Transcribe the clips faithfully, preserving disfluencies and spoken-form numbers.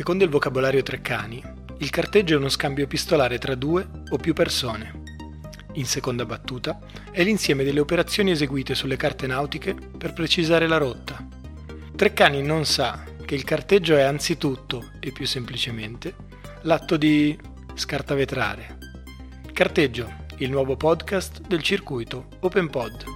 Secondo il vocabolario Treccani, il carteggio è uno scambio epistolare tra due o più persone. In seconda battuta, è l'insieme delle operazioni eseguite sulle carte nautiche per precisare la rotta. Treccani non sa che il carteggio è anzitutto, e più semplicemente, l'atto di scartavetrare. Carteggio, il nuovo podcast del circuito OpenPod.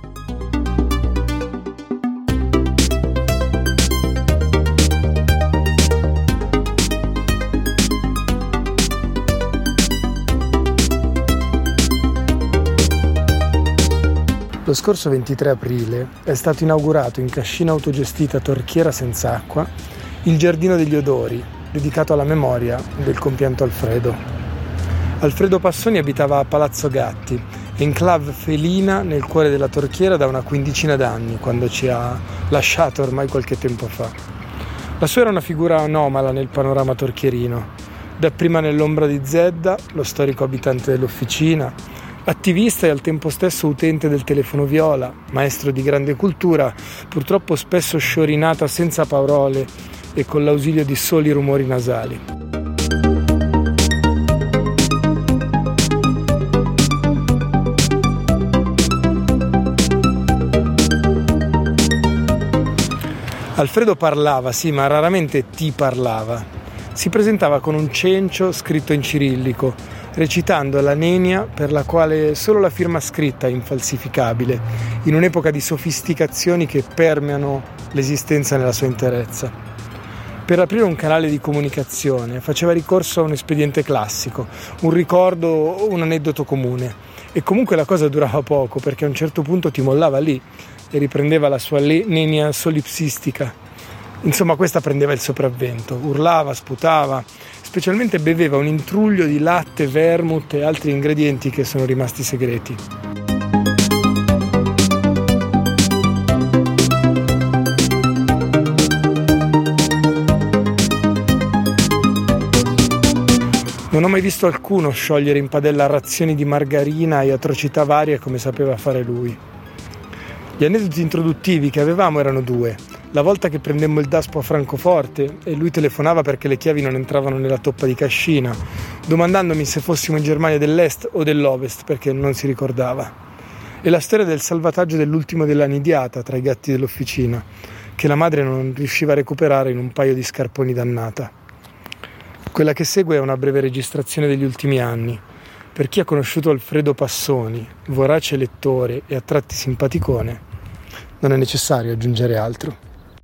Lo scorso ventitré aprile è stato inaugurato in cascina autogestita Torchiera Senz'Acqua il Giardino degli Odori, dedicato alla memoria del compianto Alfredo. Alfredo Passoni abitava a Palazzo Gatti, enclave felina nel cuore della Torchiera da una quindicina d'anni, quando ci ha lasciato ormai qualche tempo fa. La sua era una figura anomala nel panorama torchierino, dapprima nell'ombra di Zedda, lo storico abitante dell'Officina, attivista e al tempo stesso utente del telefono viola, maestro di grande cultura, purtroppo spesso sciorinata senza parole e con l'ausilio di soli rumori nasali. Alfredo parlava, sì, ma raramente ti parlava. Si presentava con un cencio scritto in cirillico, recitando la nenia per la quale solo la firma scritta è infalsificabile, in un'epoca di sofisticazioni che permeano l'esistenza nella sua interezza. Per aprire un canale di comunicazione faceva ricorso a un espediente classico, un ricordo o un aneddoto comune, e comunque la cosa durava poco, perché a un certo punto ti mollava lì e riprendeva la sua le- nenia solipsistica. Insomma, questa prendeva il sopravvento, urlava, sputava, specialmente beveva un intruglio di latte, vermouth e altri ingredienti che sono rimasti segreti. Non ho mai visto alcuno sciogliere in padella razioni di margarina e atrocità varie come sapeva fare lui. Gli aneddoti introduttivi che avevamo erano due. La volta che prendemmo il daspo a Francoforte e lui telefonava perché le chiavi non entravano nella toppa di cascina, domandandomi se fossimo in Germania dell'Est o dell'Ovest perché non si ricordava. E la storia del salvataggio dell'ultimo della nidiata tra i gatti dell'Officina, che la madre non riusciva a recuperare in un paio di scarponi dannata. Quella che segue è una breve registrazione degli ultimi anni. Per chi ha conosciuto Alfredo Passoni, vorace lettore e a tratti simpaticone, non è necessario aggiungere altro.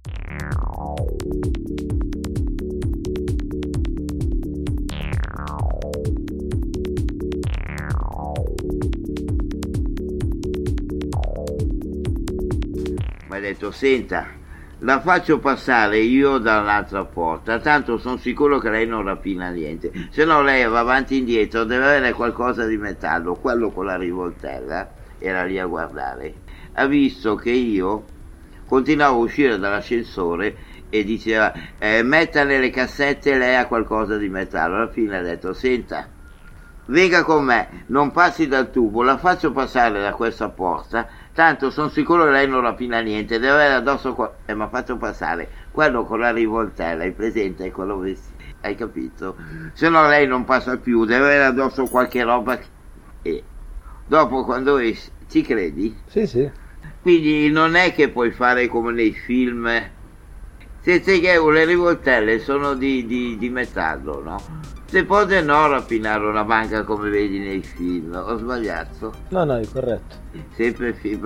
Mi ha detto: senta, la faccio passare io dall'altra porta, tanto sono sicuro che lei non rapina niente, se no lei va avanti e indietro, deve avere qualcosa di metallo. Quello con la rivoltella era lì a guardare, ha visto che io continuavo a uscire dall'ascensore e diceva eh, metta nelle cassette, lei ha qualcosa di metallo. Alla fine ha detto: senta, venga con me, non passi dal tubo, la faccio passare da questa porta, tanto sono sicuro che lei non rapina niente, deve avere addosso qua... e mi ha fatto passare quello con la rivoltella, hai presente? Quello vestito, hai capito? Se no lei non passa più, deve avere addosso qualche roba. E dopo, quando esci, ci credi? Sì, sì. Quindi non è che puoi fare come nei film, senza che le rivoltelle sono di, di, di metallo, no? Se potete no rapinare una banca come vedi nei film, ho sbagliato? No, no, è corretto. Sempre fibra.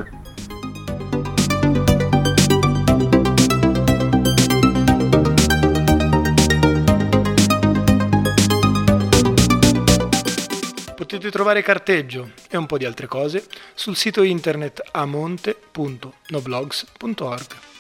Potete trovare carteggio e un po' di altre cose sul sito internet amonte punto noblogs punto org.